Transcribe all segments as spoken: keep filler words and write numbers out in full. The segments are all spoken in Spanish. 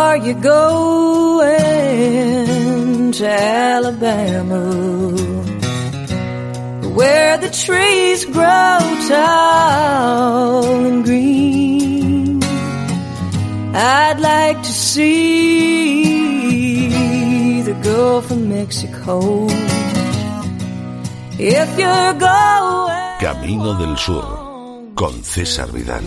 are you going? To Alabama, where the trees grow tall and green. I'd like to see the Gulf of Mexico. If you're going... Camino del Sur, con César Vidal.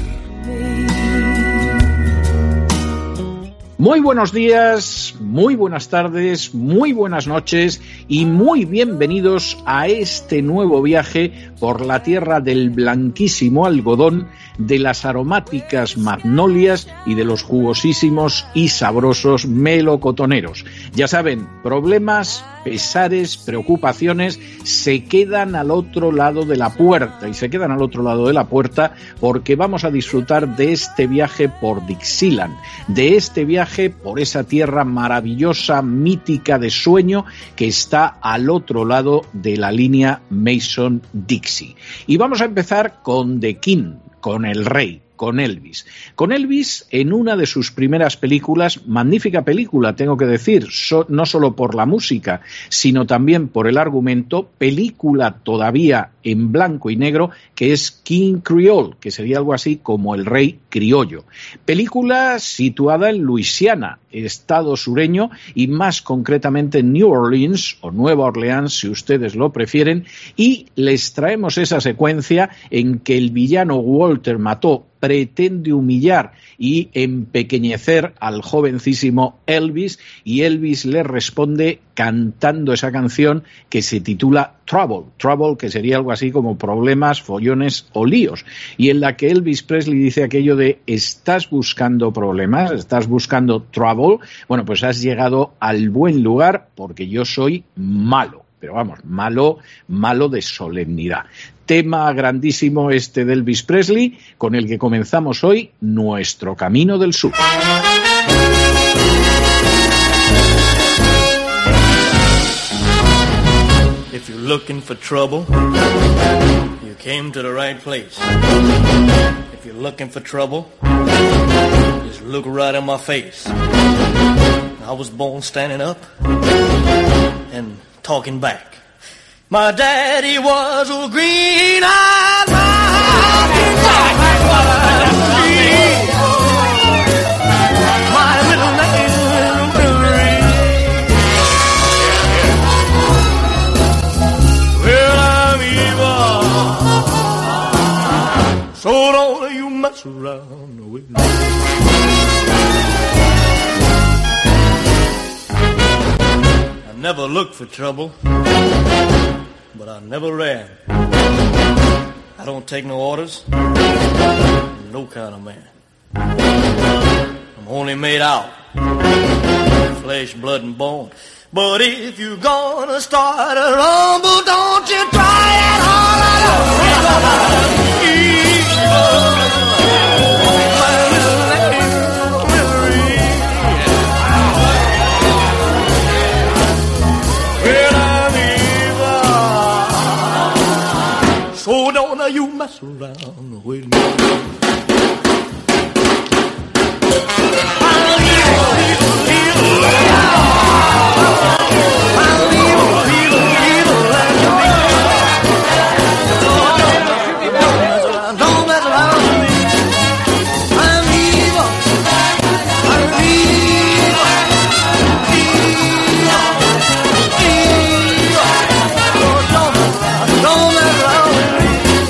Muy buenos días, muy buenas tardes, muy buenas noches y muy bienvenidos a este nuevo viaje por la tierra del blanquísimo algodón, de las aromáticas magnolias y de los jugosísimos y sabrosos melocotoneros. Ya saben, problemas, pesares, preocupaciones se quedan al otro lado de la puerta y se quedan al otro lado de la puerta porque vamos a disfrutar de este viaje por Dixieland, de este viaje por esa tierra maravillosa, mítica de sueño que está al otro lado de la línea Mason-Dixie. Y vamos a empezar con The King, con el rey, con Elvis. Con Elvis en una de sus primeras películas, magnífica película, tengo que decir, so, no solo por la música, sino también por el argumento, película todavía en blanco y negro, que es King Creole, que sería algo así como el rey criollo. Película situada en Luisiana, estado sureño, y más concretamente en New Orleans, o Nueva Orleans, si ustedes lo prefieren, y les traemos esa secuencia en que el villano Walter Matthau pretende humillar y empequeñecer al jovencísimo Elvis, y Elvis le responde cantando esa canción que se titula Trouble, Trouble, que sería algo así como problemas, follones o líos, y en la que Elvis Presley dice aquello de ¿estás buscando problemas? ¿Estás buscando trouble? Bueno, pues has llegado al buen lugar porque yo soy malo. Pero vamos, malo, malo de solemnidad. Tema grandísimo este de Elvis Presley, con el que comenzamos hoy nuestro Camino del Sur. If you're looking for trouble, you came to the right place. If you're looking for trouble, just look right in my face. I was born standing up and talking back. My daddy was a green-eyed mountain dog. My little name is Billy. Well, I'm evil, so don't you mess around with me. I never looked for trouble, but I never ran. I don't take no orders, no kind of man. I'm only made out flesh, blood, and bone. But if you're gonna start a rumble, don't you try it hard alone. So don't you mess around with me. I'll leave, leave, leave, leave. I'll leave, leave, leave, leave. Don't mess around with me. I'm evil. I'm evil. Evil. Don't, don't mess around with me.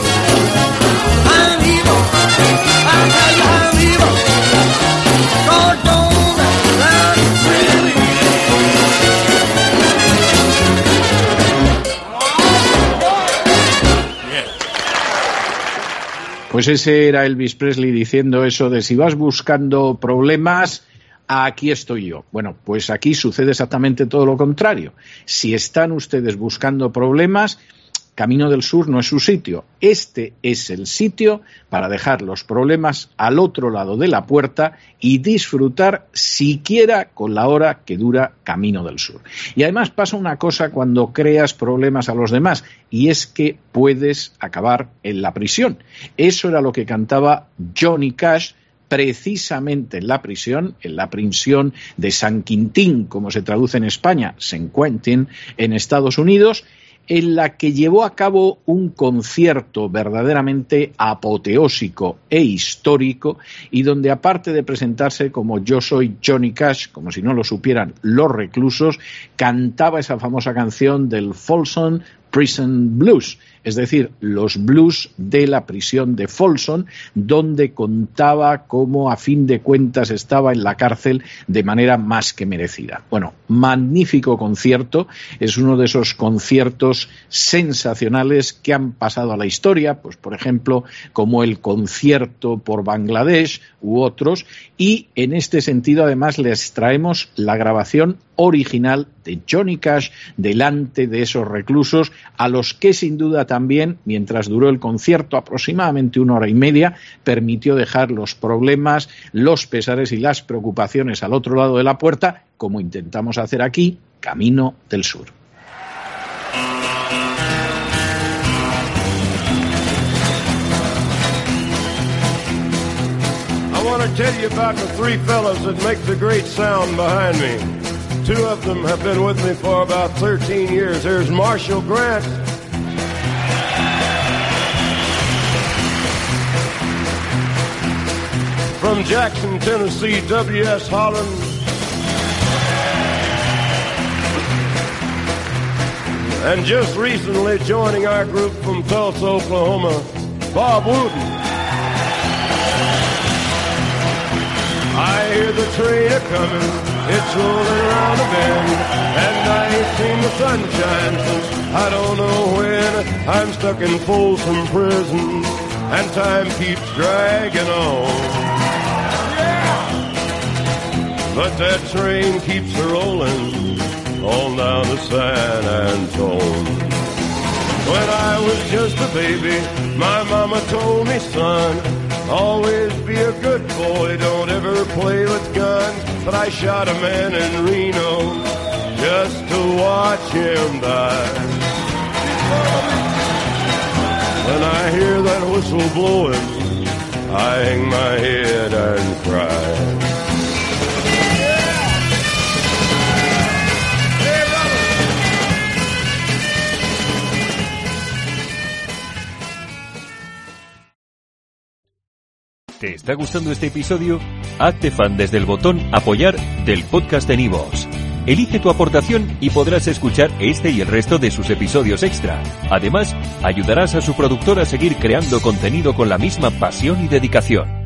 Pues ese era Elvis Presley diciendo eso de si vas buscando problemas, aquí estoy yo. Bueno, pues aquí sucede exactamente todo lo contrario. Si están ustedes buscando problemas, Camino del Sur no es su sitio. Este es el sitio para dejar los problemas al otro lado de la puerta y disfrutar siquiera con la hora que dura Camino del Sur. Y además pasa una cosa cuando creas problemas a los demás, y es que puedes acabar en la prisión. Eso era lo que cantaba Johnny Cash precisamente en la prisión, en la prisión de San Quintín, como se traduce en España, San Quentin, en Estados Unidos, en la que llevó a cabo un concierto verdaderamente apoteósico e histórico, y donde, aparte de presentarse como Yo soy Johnny Cash, como si no lo supieran los reclusos, cantaba esa famosa canción del Folsom Prison Blues, es decir, los blues de la prisión de Folsom, donde contaba cómo a fin de cuentas estaba en la cárcel de manera más que merecida. Bueno, magnífico concierto, es uno de esos conciertos sensacionales que han pasado a la historia, pues por ejemplo, como el concierto por Bangladesh u otros, y en este sentido además les traemos la grabación original de Johnny Cash delante de esos reclusos, a los que sin duda también, mientras duró el concierto, aproximadamente una hora y media, permitió dejar los problemas, los pesares y las preocupaciones al otro lado de la puerta, como intentamos hacer aquí, Camino del Sur. I want to tell you about the three fellas that make the great sound behind me. Two of them have been with me for about thirteen years. There's Marshall Grant. From Jackson, Tennessee, W S Holland. And just recently joining our group from Tulsa, Oklahoma, Bob Wooten. I hear the train a-comin', it's rolling around a bend, and I ain't seen the sunshine since I don't know when. I'm stuck in Folsom Prison, and time keeps dragging on. Yeah! But that train keeps a-rolling on down to San Antone. When I was just a baby, my mama told me, son, always be a good boy, don't ever play with guns. But I shot a man in Reno just to watch him die. When I hear that whistle blowing, I hang my head and cry. ¿Te está gustando este episodio? Hazte fan desde el botón Apoyar del podcast de Nivos. Elige tu aportación y podrás escuchar este y el resto de sus episodios extra. Además, ayudarás a su productor a seguir creando contenido con la misma pasión y dedicación.